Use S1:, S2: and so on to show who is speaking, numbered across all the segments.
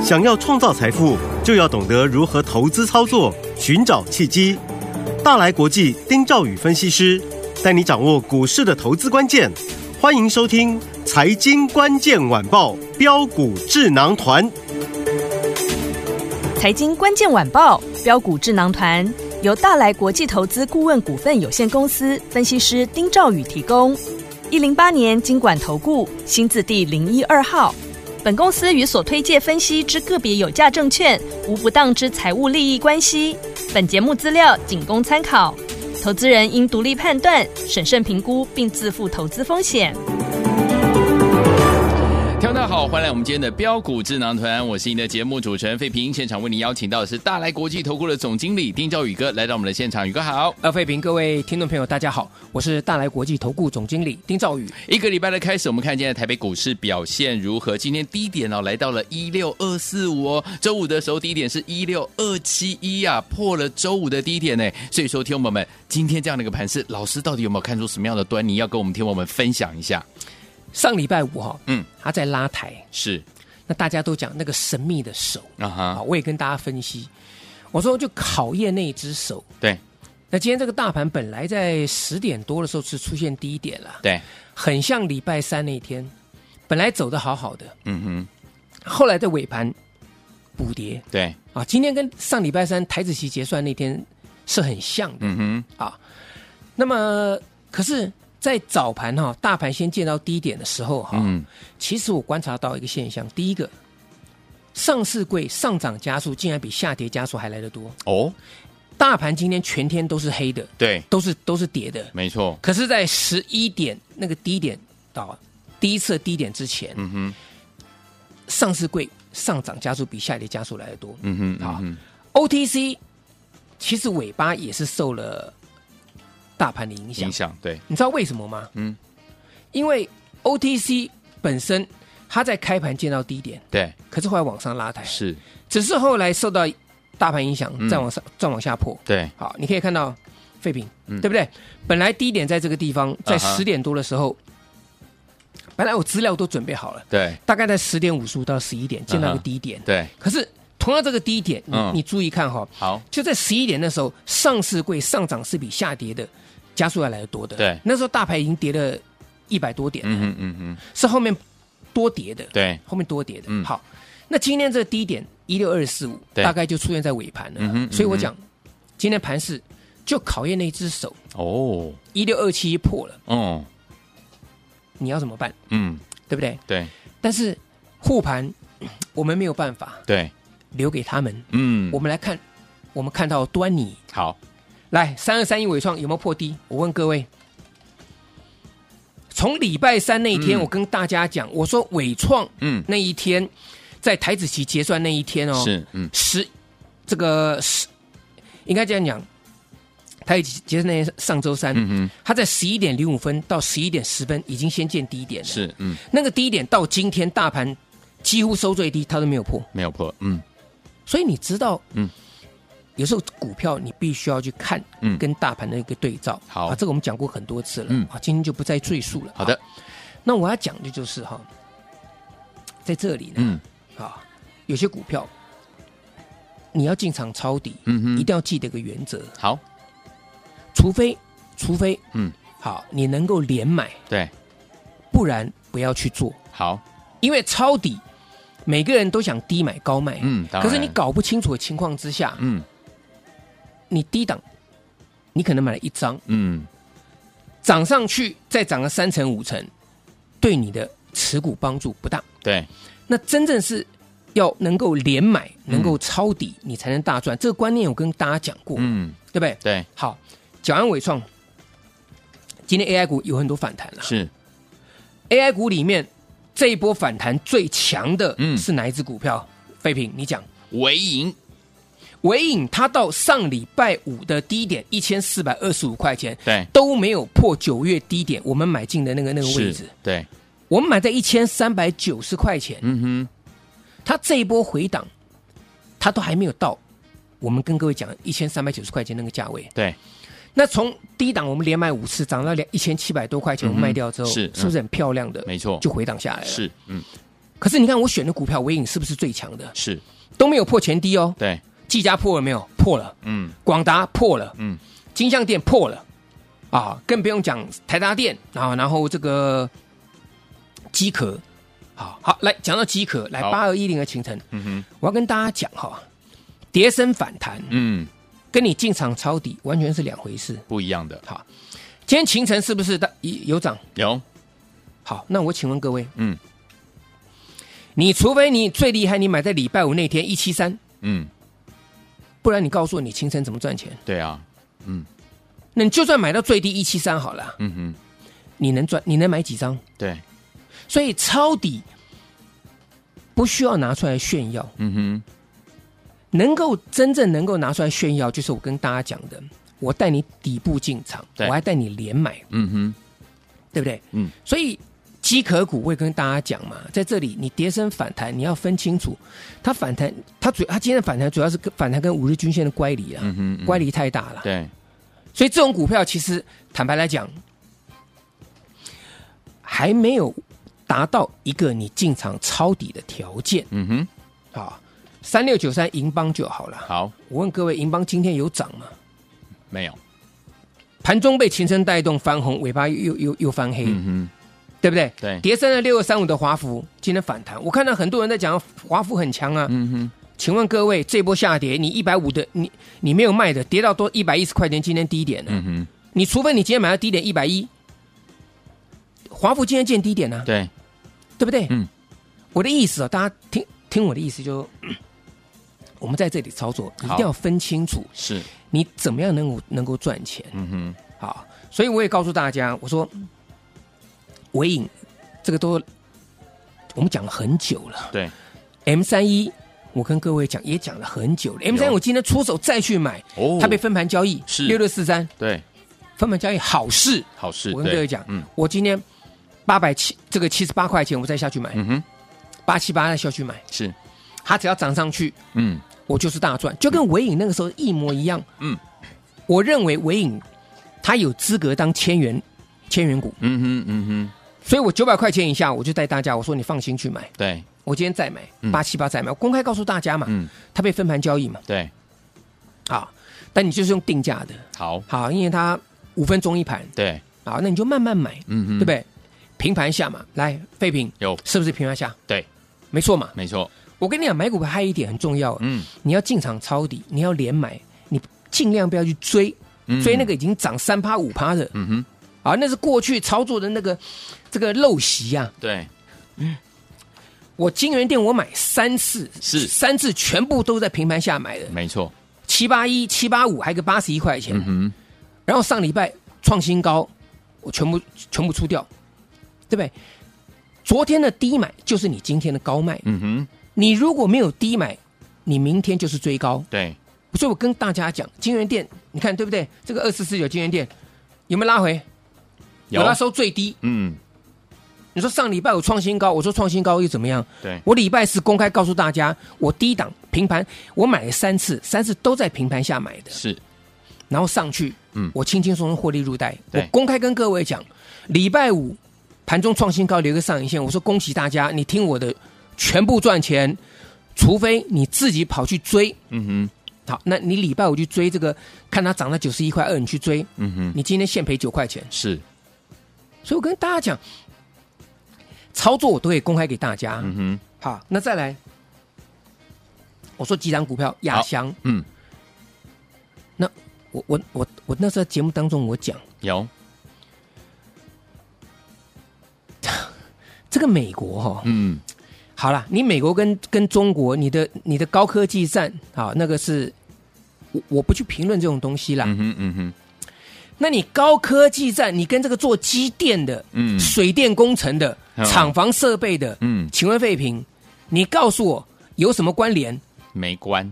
S1: 想要创造财富，就要懂得如何投资操作，寻找契机。大来国际丁兆宇分析师带你掌握股市的投资关键。欢迎收听《财经关键晚报》标股智囊团。
S2: 财经关键晚报标股智囊团由大来国际投资顾问股份有限公司分析师丁兆宇提供。108年金管投顾新字第012号。本公司与所推介分析之个别有价证券无不当之财务利益关系。本节目资料仅供参考，投资人应独立判断、审慎评估并自负投资风险。
S3: 大家好，欢迎来我们今天的标股智囊团，我是你的节目主持人费平。现场为你邀请到的是大来国际投顾的总经理丁兆宇哥来到我们的现场。宇哥好。
S4: 费平，各位听众朋友大家好，我是大来国际投顾总经理丁兆宇。
S3: 一个礼拜的开始，我们看今天的台北股市表现如何？今天低点来到了16245哦，周五的时候低点是16271啊，破了周五的低点呢。所以说听众朋友们，今天这样的一个盘势，老师到底有没有看出什么样的端倪，要跟我们听众朋友们分享一下？
S4: 上礼拜五他在拉抬，
S3: 是，
S4: 那大家都讲那个神秘的手
S3: 我
S4: 也跟大家分析，我说就考验那一只手。
S3: 对，
S4: 那今天这个大盘本来在10点多的时候是出现低点了，
S3: 对，
S4: 很像礼拜三那天，本来走得好好的，后来在尾盘补跌，
S3: 对
S4: 今天跟上礼拜三台指期结算那天是很像的，那么可是。在早盘大盘先见到低点的时候其实我观察到一个现象，第一个，上市柜上涨加速竟然比下跌加速还来得多哦。大盘今天全天都是黑的，
S3: 对，
S4: 都是跌的，
S3: 没错。
S4: 可是，在11点那个低点到第一次低点之前，上市柜上涨加速比下跌加速来得多。OTC 其实尾巴也是受了大盘的影响，
S3: 对，
S4: 你知道为什么吗？因为 OTC 本身它在开盘见到低点，
S3: 对，
S4: 可是后来往上拉抬，
S3: 是，
S4: 只是后来受到大盘影响，再往下破，
S3: 对，
S4: 好，你可以看到废品，对不对？本来低点在这个地方，在10点多的时候，本来我资料都准备好了，
S3: 对，
S4: 大概在10点55到11点见到个低点，
S3: 对，
S4: 可是。同样这个低点，你注意看
S3: 好，
S4: 就在11点的时候，上市柜上涨是比下跌的加速要来得多的。
S3: 对，
S4: 那时候大盘已经跌了100多点了，是后面多跌的。
S3: 对，
S4: 后面多跌的。好，那今天这个低点16245，大概就出现在尾盘了。所以我讲，今天盘势就考验那只手哦，16271破了。你要怎么办？对不对？
S3: 对。
S4: 但是护盘我们没有办法。
S3: 对。
S4: 留给他们，我们来看，我们看到端倪。
S3: 好，
S4: 来3231伟创有没有破低？我问各位，从礼拜三那一天，我跟大家讲，我说伟创，那一天在台指期结算那一天是，应该这样讲，台指期结算那天上周三，它在11点05分到11点10分已经先见低点了，
S3: 是，
S4: 那个低点到今天大盘几乎收最低，它都没有破，所以你知道，有时候股票你必须要去看，跟大盘的一个对照。
S3: 好，
S4: 这个我们讲过很多次了，今天就不再赘述了。
S3: 好的，
S4: 那我要讲的就是在这里呢，有些股票你要进场抄底，一定要记得一个原则。
S3: 好，
S4: 除非，好，你能够连买，
S3: 对，
S4: 不然不要去做。
S3: 好，
S4: 因为抄底。每个人都想低买高卖，
S3: 可
S4: 是你搞不清楚的情况之下，你低档，你可能买了1张，涨上去再涨个3成5成，对你的持股帮助不大。
S3: 对，
S4: 那真正是要能够连买，能够抄底，你才能大赚。这个观念我跟大家讲过，对不对？
S3: 对，
S4: 好，讲完伟创，今天 AI 股有很多反弹了，
S3: 是
S4: AI 股里面。这一波反弹最强的是哪一只股票？废品，你讲。
S3: 微影，
S4: 微影它到上礼拜五的低点1425块钱，
S3: 对，
S4: 都没有破9月低点，我们买进的那个位置，
S3: 对，
S4: 我们买在1390块钱，它这一波回档，它都还没有到我们跟各位讲1390块钱那个价位，
S3: 对。
S4: 那从低档我们连买5次，涨到1700多块钱，我们卖掉之后，是不是很漂亮的？
S3: 没错，
S4: 就回档下来了。
S3: 是，
S4: 可是你看我选的股票，微影是不是最强的？
S3: 是
S4: 都没有破前低哦。
S3: 对，
S4: 技嘉破了没有？破了。广达破了。金像电破了。啊，更不用讲台达电啊，然后这个机壳，好来讲到机壳，来8210的勤诚，我要跟大家讲哈，跌升反弹，跟你进场抄底完全是两回事，
S3: 不一样的。
S4: 好，今天勤诚是不是有涨？
S3: 有。
S4: 好，那我请问各位，你除非你最厉害，你买在礼拜五那天173，不然你告诉我你勤诚怎么赚钱？
S3: 对啊，
S4: 那你就算买到最低173好了，你能买几张？
S3: 对，
S4: 所以抄底不需要拿出来炫耀，真正能够拿出来炫耀，就是我跟大家讲的，我带你底部进场，我还带你连买，对不对？所以机壳股我也跟大家讲嘛，在这里你跌升反弹，你要分清楚，它反弹，它今天的反弹主要是反弹跟5日均线的乖离啊，乖离太大了，
S3: 对。
S4: 所以这种股票其实坦白来讲，还没有达到一个你进场抄底的条件。好，3693银邦就好了。
S3: 好，
S4: 我问各位，银邦今天有涨吗？
S3: 没有。
S4: 盘中被勤诚带动翻红，尾巴又翻黑，对不对？
S3: 对。
S4: 跌升了6235的华孚今天反弹，我看到很多人在讲华孚很强啊。请问各位，这波下跌，你150的，你没有卖的，跌到多110块钱，今天低点了。你除非你今天买到低点110，华孚今天见低点呢，
S3: 对
S4: 不对？我的意思大家听我的意思，就我们在这里操作，一定要分清楚，
S3: 是
S4: 你怎么样能够赚钱。好，所以我也告诉大家，我说微影这个都我们讲了很久了。
S3: 对
S4: ，M31。我跟各位讲，也讲了很久了。M3 我今天出手再去买，它被分盘交易，
S3: 是
S4: 6643，
S3: 对，
S4: 分盘交易好事，
S3: 好事。
S4: 我跟各位讲，我今天78块钱，我再下去买，878再下去买，
S3: 是，
S4: 它只要涨上去，我就是大赚，就跟微影那个时候一模一样。我认为微影它有资格当千元股，所以我900块钱以下，我就带大家，我说你放心去买，
S3: 对。
S4: 我今天再买878再买，我公开告诉大家嘛，它被分盘交易嘛，
S3: 对，
S4: 好，但你就是用定价的，好，因为它5分钟一盘，
S3: 对，
S4: 好，那你就慢慢买，对不对？平盘下嘛，来，废品
S3: 有
S4: 是不是平盘下？
S3: 对，
S4: 没错嘛，
S3: 没错。
S4: 我跟你讲，买股票还有一点很重要，你要进场抄底，你要连买，你尽量不要去追那个已经涨3%、5%的，啊，那是过去操作的这个陋习啊，
S3: 对，
S4: 我金源店我买3次，
S3: 是
S4: 3次全部都在平盘下买的，
S3: 没错
S4: ，781、785还有个81块钱，然后上礼拜创新高，我全部出掉，对不对？昨天的低买就是你今天的高卖，你如果没有低买，你明天就是追高，
S3: 对，
S4: 所以我跟大家讲，金源店你看对不对？这个2449金源店有没有拉回？有拉收最低，你说上礼拜有创新高，我说创新高又怎么样？
S3: 对，
S4: 我礼拜四公开告诉大家，我低档平盘，我买了3次都在平盘下买的，
S3: 是，
S4: 然后上去，我轻轻松松获利入袋。
S3: 我
S4: 公开跟各位讲，礼拜五盘中创新高，留个上影线，我说恭喜大家，你听我的，全部赚钱，除非你自己跑去追，好，那你礼拜五去追这个，看它涨到91.2块，你去追，你今天现赔9块钱，
S3: 是，
S4: 所以我跟大家讲。操作我都可以公开给大家。好，那再来，我说几档股票亚翔，那我那时候节目当中我讲
S3: 有
S4: 这个美国好了，你美国跟中国，你的高科技战啊，那个是我不去评论这种东西啦。那你高科技战，你跟这个做机电的、水电工程的、厂房设备的，请问废品，你告诉我有什么关联？
S3: 没关。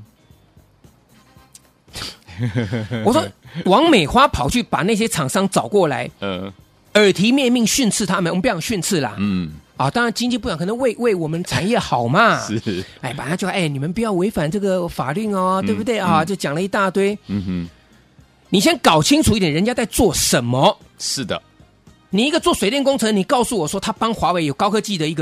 S4: 我说王美花跑去把那些厂商找过来，耳提面命训斥他们，我们不想训斥啦，当然经济部长可能为我们产业好嘛，
S3: 是，
S4: 把他就你们不要违反这个法令哦，对不对啊？就讲了一大堆，你先搞清楚一点，人家在做什么。
S3: 是的，
S4: 你一个做水电工程，你告诉我说他帮华为有高科技的一个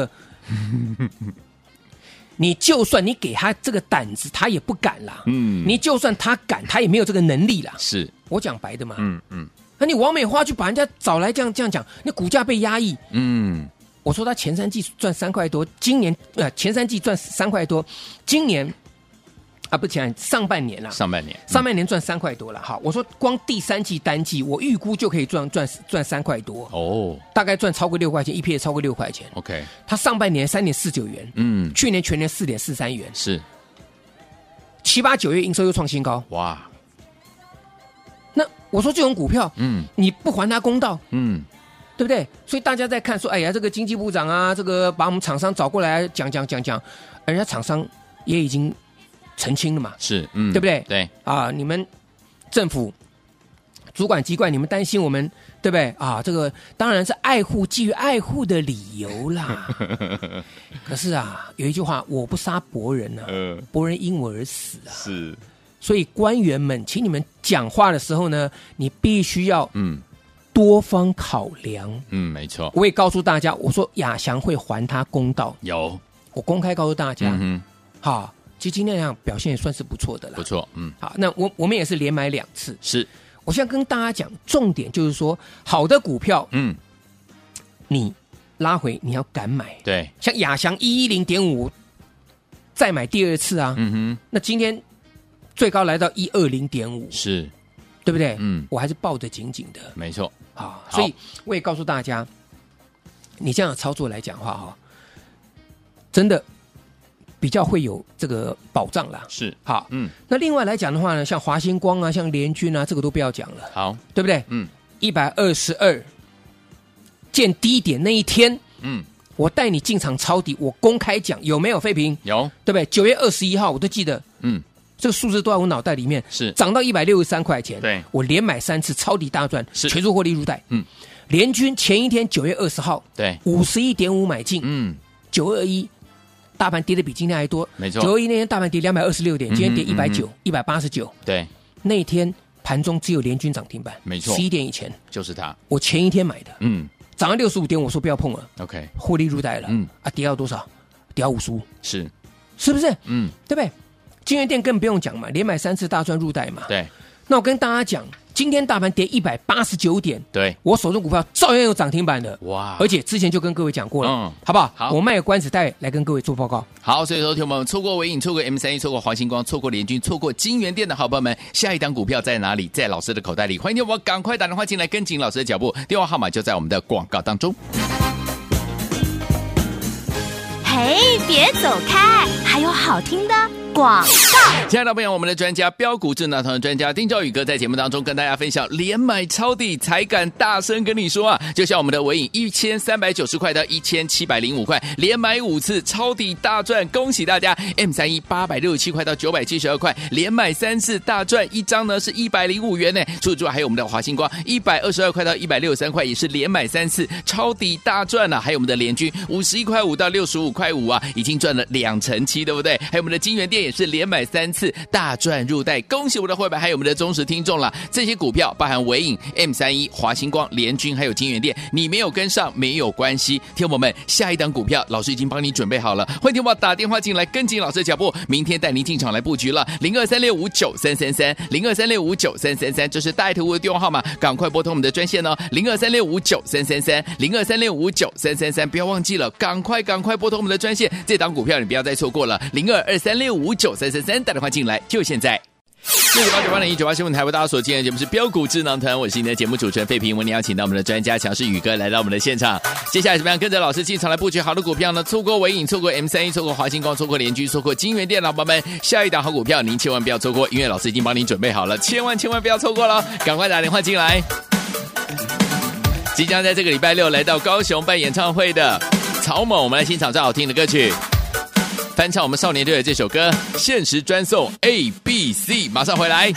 S4: 你就算你给他这个胆子，他也不敢啦。你就算他敢，他也没有这个能力啦。
S3: 是
S4: 我讲白的嘛。那你王美花去把人家找来这样讲，那股价被压抑。我说他前3季赚3块多，今年前3季赚3块多，今年不前上半年啦，上半年赚3块多了。好，我说光第3季单季，我预估就可以赚3块多哦，大概赚超过6块钱，EPS 超过6块钱。OK， 他上半年3.49元，去年全年4.43元，是7、8、9月营收又创新高，哇！那我说这种股票，你不还他公道，对不对？所以大家在看说，哎呀，这个经济部长啊，这个把我们厂商找过来讲，人家厂商也已经澄清了嘛，是，对不对？对啊，你们政府主管机关，你们担心我们，对不对啊？这个当然是基于爱护的理由啦。可是啊，有一句话，我不杀伯仁啊，伯仁因我而死啊。是，所以官员们，请你们讲话的时候呢，你必须要多方考量。没错。我也告诉大家，我说亚翔会还他公道。有，我公开告诉大家。好。其实今天这样表现也算是不错的了，不错，好，那我们也是连买2次，是。我现在跟大家讲，重点就是说，好的股票，你拉回你要敢买，对，像亚翔110.5，再买第2次啊，那今天最高来到120.5，是，对不对？我还是抱得紧紧的，没错，啊，所以我也告诉大家，你这样的操作来讲的话，哈，真的。比较会有这个保障啦，是好，那另外来讲的话呢，像华星光啊，像联军啊，这个都不要讲了，好，对不对？122见低点那一天，我带你进场抄底，我公开讲有没有废平？有，对不对？9月21号我都记得，这个数字都在我脑袋里面，是涨到163块钱，对，我连买3次抄底大赚，全数获利入袋，联军前一天9月20号，对，51.5买进，921。大盘跌的比今天还多，没错。921那天大盘跌226点，今天跌190、189。对，那一天盘中只有联军涨停板，没错。11点以前就是它，我前一天买的，涨到65点，我说不要碰了 ，OK， 获利入袋了，跌到多少？跌到55，是不是？对不对？金源店更不用讲嘛，连买3次大赚入袋嘛。对，那我跟大家讲。今天大盘跌189点，对，我手中股票照样有涨停板的，哇！而且之前就跟各位讲过了，好不好？好，我卖个关子，待会来跟各位做报告。好，所以说，听我们错过伟影、错过 M31、错过华星光、错过联军、错过金源店的好朋友们，下一档股票在哪里？在老师的口袋里。欢迎听我们赶快打电话进来，跟紧老师的脚步，电话号码就在我们的广告当中。
S5: 嘿，别走开，还有好听的广告。
S3: 亲爱的朋友，我们的专家标股智囊团的专家丁兆宇哥在节目当中跟大家分享，连买抄底才敢大声跟你说啊！就像我们的伟影1390块到1705块，连买5次抄底大赚，恭喜大家 ！M31 867块到972块，连买3次大赚，一张呢是105元呢。除此之外，还有我们的华星光122块到163块，也是连买3次抄底大赚啊！还有我们的联军51块5到65块5啊，已经赚了2成7，对不对？还有我们的金源店也是连买3次大赚入袋，恭喜我们的会员还有我们的忠实听众啦！这些股票包含伟影、M31、华星光、联军还有金源店，你没有跟上没有关系，听我们下一档股票老师已经帮你准备好了，欢迎听我打电话进来跟紧老师的脚步，明天带您进场来布局了，0236593333 0236593333，这是大爱投顾的电话号码，赶快拨通我们的专线哦，0236593333 0236593333，不要忘记了，赶快拨通我们的专线，这档股票你不要再错过了，0223659333，打电话进来就现在。698980198新闻台为大家所见的节目是标股智囊团，我是你的节目主持人费平，为你邀请到我们的专家强势宇哥来到我们的现场。接下来怎么样跟着老师进场来布局好的股票呢？错过伟影，错过 M31， 错过华星光，错过联军，错过金源店，老板们，下一档好股票您千万不要错过，因为老师已经帮您准备好了，千万不要错过了，赶快打电话进来。即将在这个礼拜6来到高雄办演唱会的曹猛，我们来欣赏最好听的歌曲，翻唱我们少年队的这首歌，限时专送 ABC， 马上回来。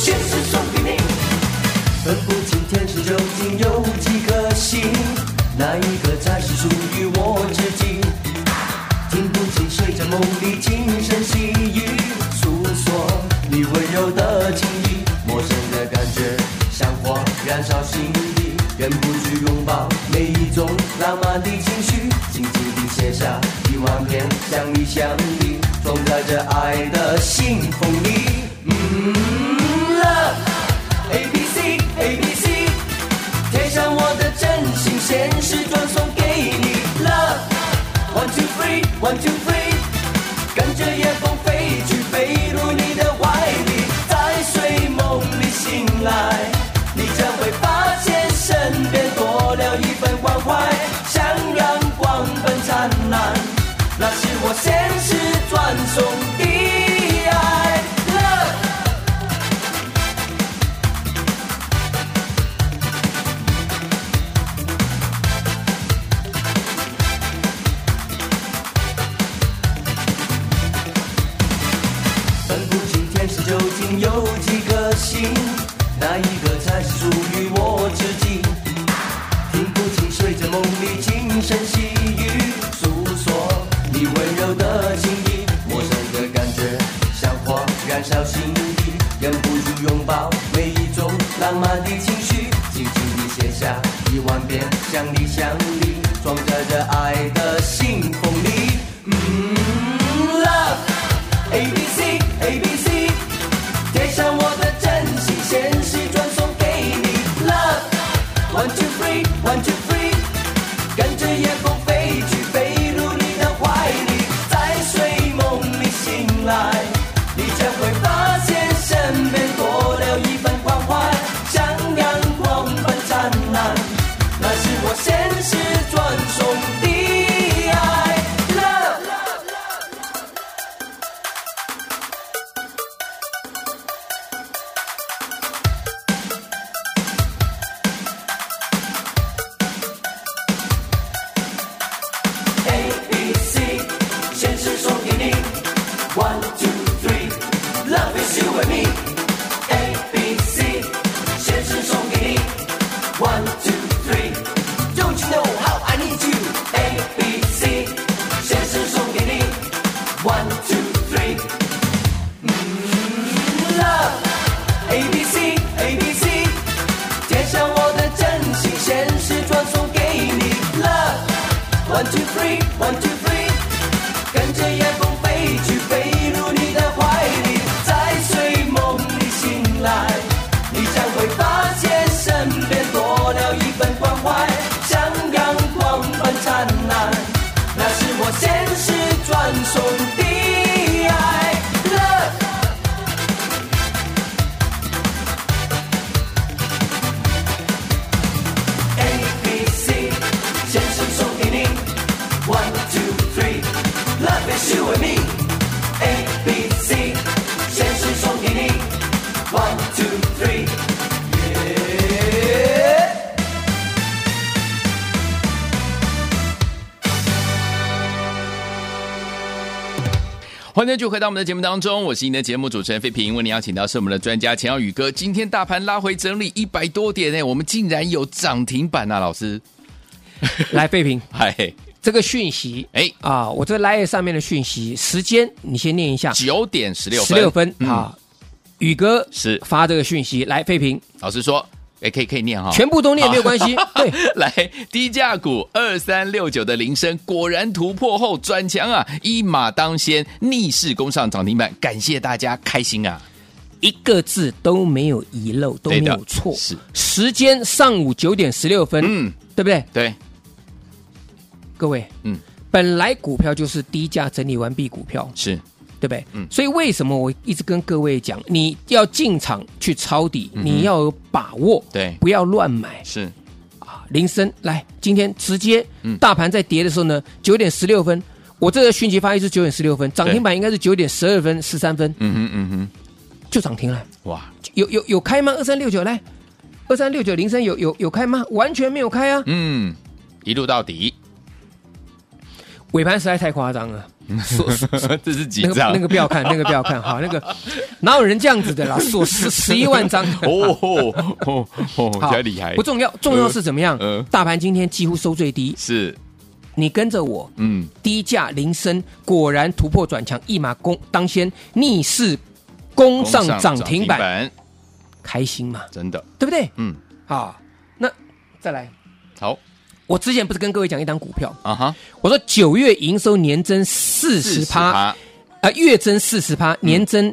S6: 现实送给你。分不清天使究竟有几颗星，哪一个才是属于我自己？听不清随着梦里轻声细语，诉说你温柔的情意，陌生的感觉像火燃烧心底，忍不住拥抱每一种浪漫的情绪，静静地写下10000遍想你想你，装在这爱的信封里。Love ABC ABC， 贴上我的真心，现实转送给你。Love 1 2 3 1 2 3， 跟着夜风飞去，飞入你的怀里，在睡梦里醒来，你将会发现身边多了一份关怀，像阳光般灿烂，那是我现实转送的爱。分不清天使究竟有几颗星，哪一个才是属于我自己？听不清随着梦里轻声细语，诉说你温柔的情意，陌生的感觉像火燃烧心底，忍不住拥抱每一种浪漫的情绪，静静地写下10000遍想你想你，装在这爱的信封里。Love ABC ABC， 贴上我的真心，现实转送给你。Love 1 2 3 1 2 3， 跟着夜风飞去，飞入你的怀里，在睡梦里醒来，你将会发现身边多了一份关怀，像阳光般灿烂，那是我现实转送的爱。Love ABC， 现实送给你。1 2 3 Love is you and me。 ABC， 现实送给你。1 2 3 Don't you know how I need you。 ABC， 现实送给你。1 2 3 Love ABC ABC， 贴上我的真心，现实转送给你。Love 1 2 3 1 2 3， 跟着夜风飞去，飞入你的怀里，在睡梦里醒来，你将会发现身边多了一份关怀，像阳光般灿烂，那是我现实转送的爱。Love ABC， 现实送给你。1 2 3 Love is you and me。 ABC， 现实送给你。1 2 3
S3: 欢迎继续回到我们的节目当中，我是您的节目主持人费平，为您邀请到是我们的专家钱耀宇哥。今天大盘拉回整理100多点呢，我们竟然有涨停板啊，老师。
S4: 来，费平，
S3: 嗨，
S4: 这个讯息，我这 LINE 上面的讯息时间，你先念一下。
S3: 9点16分
S4: 啊，宇哥
S3: 是
S4: 发这个讯息来，费平
S3: 老师说。可以念哈，
S4: 全部都念没有关系。对，
S3: 来低价股2369的铃声果然突破后转强啊，一马当先，逆势攻上涨停板，感谢大家，开心啊！
S4: 一个字都没有遗漏，都没有错。
S3: 是
S4: 时间上午9点16分，对不对？
S3: 对，
S4: 各位，本来股票就是低价整理完毕股票，
S3: 是。
S4: 对不对？所以为什么我一直跟各位讲，你要进场去抄底，你要有把握，
S3: 对，
S4: 不要乱买。
S3: 是
S4: 啊，铃声来，今天直接，大盘在跌的时候呢，9点16分，我这个讯息发译是9点16分，涨停板应该是9点12分13分，就涨停了。
S3: 哇，
S4: 有开吗？2369来，2369铃声有开吗？完全没有开啊。
S3: 一路到底。
S4: 尾盘实在太夸张了，
S3: 这是几张？
S4: 那个不要看，那个不要看，好，那个哪有人这样子的啦？锁11万张，
S3: 比较厉害。
S4: 不重要，重要是怎么样？大盘今天几乎收最低，
S3: 是
S4: 你跟着我，低价铃声果然突破转强，一马当先，逆势攻上涨停板，开心嘛？
S3: 真的，
S4: 对不对？好，那再来，
S3: 好。
S4: 我之前不是跟各位讲一档股票
S3: 啊哈？我
S4: 说9月营收年增40%，月增40%，年增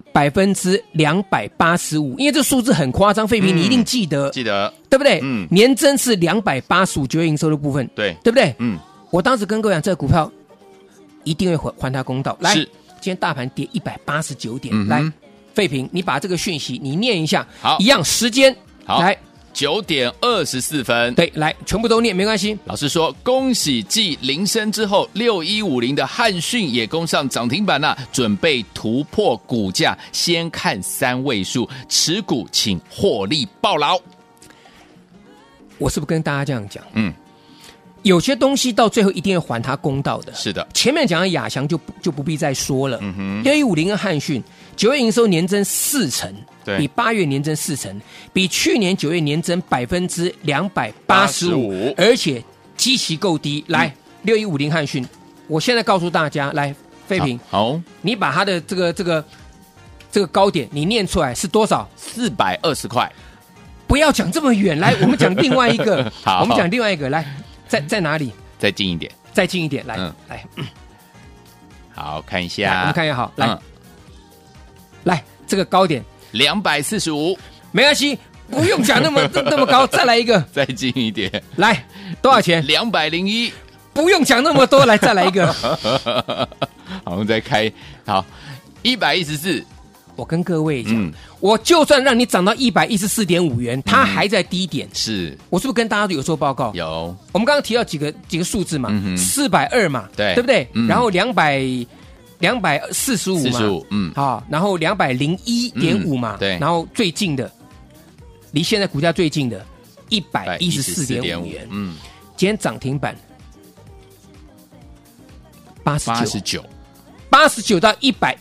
S4: 285%，因为这数字很夸张，废品你一定记得，对不对？年增是285，9月营收的部分，
S3: 对
S4: 不对？我当时跟各位讲，这个股票一定会还它公道。来，今天大盘跌189点，来，废品，你把这个讯息你念一下，
S3: 好，
S4: 一样时间，来。
S3: 9点24分，
S4: 对，来，全部都念，没关系。
S3: 老师说，恭喜继铃声之后，6150的汉讯也攻上涨停板了，准备突破股价，先看3位数，持股请获利抱牢。
S4: 我是不是跟大家这样讲？有些东西到最后一定会还它公道的。
S3: 是的，
S4: 前面讲的亚翔就不必再说了。6150跟汉讯9月营收年增40%，比8月年增40%，比去年9月年增285%，而且基期够低。来，6150汉讯，我现在告诉大家，来，废品，
S3: 好，
S4: 你把它的这个高点你念出来是多少
S3: ？420块。
S4: 不要讲这么远，来，我们讲另外一个。好，我们讲另外一个，来。在哪里？
S3: 再近一点，
S4: 再近一点，来，来，
S3: 好看一下，
S4: 我们看一下，好，来，这个高点
S3: 245，
S4: 没关系，不用讲那么高，再来一个，
S3: 再近一点，
S4: 来，多少钱
S3: ？201，
S4: 不用讲那么多，来，再来一个，
S3: 好，我们再开，好，114。
S4: 我跟各位讲，我就算让你涨到114.5元，它还在低点。
S3: 是，
S4: 我是不是跟大家有做报告？
S3: 有。
S4: 我们刚刚提到几个数字嘛，420嘛，
S3: 对
S4: 不对？然后245嘛，好，然后201.5嘛，
S3: 对，
S4: 然后最近的，离现在股价最近的114.5元，今天涨停板89到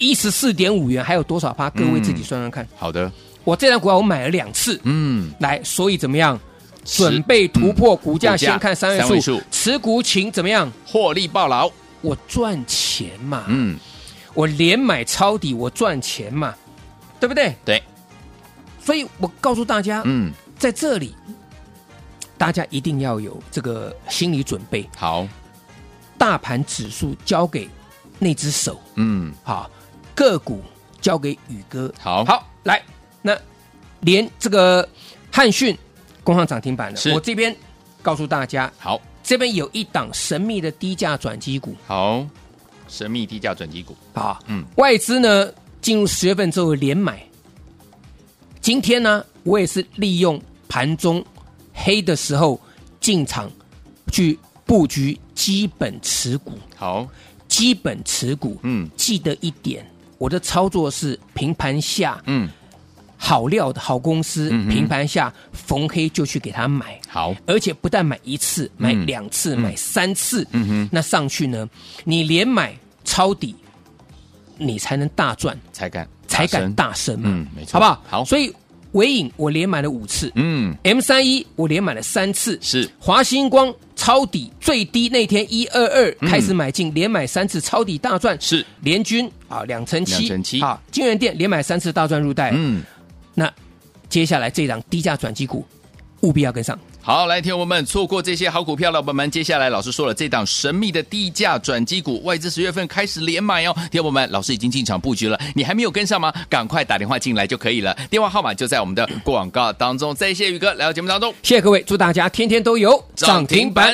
S4: 114.5元，还有多少趴？各位自己算算看。
S3: 好的，
S4: 我这张股票我买了2次，来，所以怎么样？准备突破股价，先看3位数，持股请怎么样？
S3: 获利抱牢，
S4: 我赚钱嘛，我连买抄底，我赚钱嘛，对不对？
S3: 对，
S4: 所以我告诉大家，在这里，大家一定要有这个心理准备。
S3: 好，
S4: 大盘指数交给那只手，好，个股交给宇哥，好，来，那连这个汉讯攻上涨停板了，我这边告诉大家，
S3: 好，
S4: 这边有一档神秘的低价转机股，
S3: 好，神秘低价转机股，
S4: 好，外资呢进入10月份之后连买，今天呢我也是利用盘中黑的时候进场去布局基本持股，
S3: 好。
S4: 基本持股，记得一点，我的操作是平盘下，好料的好公司，平盘下逢黑就去给他买，
S3: 好，
S4: 而且不但买1次，买2次，买3次，那上去呢，你连买抄底，你才能大赚，才敢大升嘛，
S3: 没错，
S4: 好不好？
S3: 好，
S4: 所以微影我连买了5次，M31我连买了3次，
S3: 是
S4: 华星光抄底最低那天122开始买进，连买3次抄底大赚，
S3: 是
S4: 联军啊2.7%，好，金源店连买3次大赚入袋，那接下来这档低价转机股务必要跟上。
S3: 好，来，听我们错过这些好股票，老板们，接下来老师说了，这档神秘的低价转机股，外资10月份开始连买哦。听我们，老师已经进场布局了，你还没有跟上吗？赶快打电话进来就可以了，电话号码就在我们的广告当中。再谢宇哥来到节目当中，
S4: 谢谢各位，祝大家天天都有涨停板。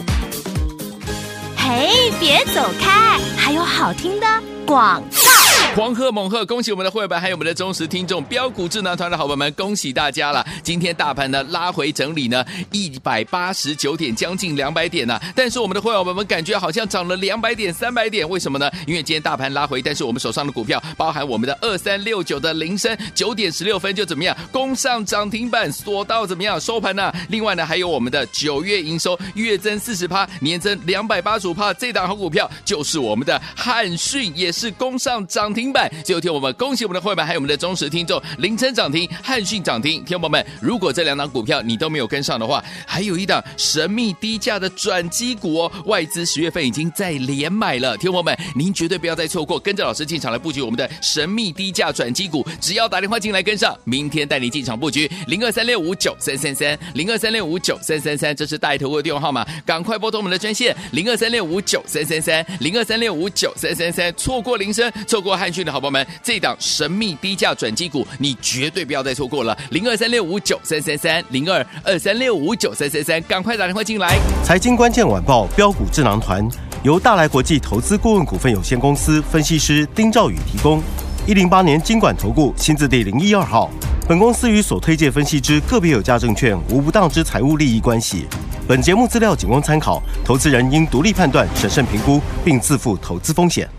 S5: 嘿，别走开，还有好听的广告。
S3: 狂贺猛贺，恭喜我们的会员还有我们的忠实听众标股智囊团的好朋友们，恭喜大家了！今天大盘呢拉回整理呢189点，将近200点啊，但是我们的会员们感觉好像涨了200点、300点，为什么呢？因为今天大盘拉回，但是我们手上的股票，包含我们的2369的铃声，9点16分就怎么样攻上涨停板，锁到怎么样收盘呢？另外呢，还有我们的9月营收月增40%，年增285%，这档好股票就是我们的汉讯，也是攻上涨停板。最后天我们恭喜我们的会员还有我们的忠实听众，铃声涨停，汉讯涨停。天友们，如果这2档股票你都没有跟上的话，还有一档神秘低价的转机股哦，外资10月份已经在连买了。天友们，您绝对不要再错过，跟着老师进场来布局我们的神秘低价转机股，只要打电话进来跟上，明天带你进场布局0236593333 0236593333，这是大投顾的电话号码，赶快拨通我们的专线0236593333 0236593333，错过铃声，错过汉讯的好朋友们，这档神秘低价转机股你绝对不要再错过了，0236593333 0223659333，赶快打电话进来。
S1: 财经关键晚报标股智囊团由大来国际投资顾问股份有限公司分析师丁兆宇提供，108年金管投顾新字第012号。本公司与所推介分析之个别有价证券无不当之财务利益关系。本节目资料仅供参考，投资人应独立判断、审慎评估，并自负投资风险。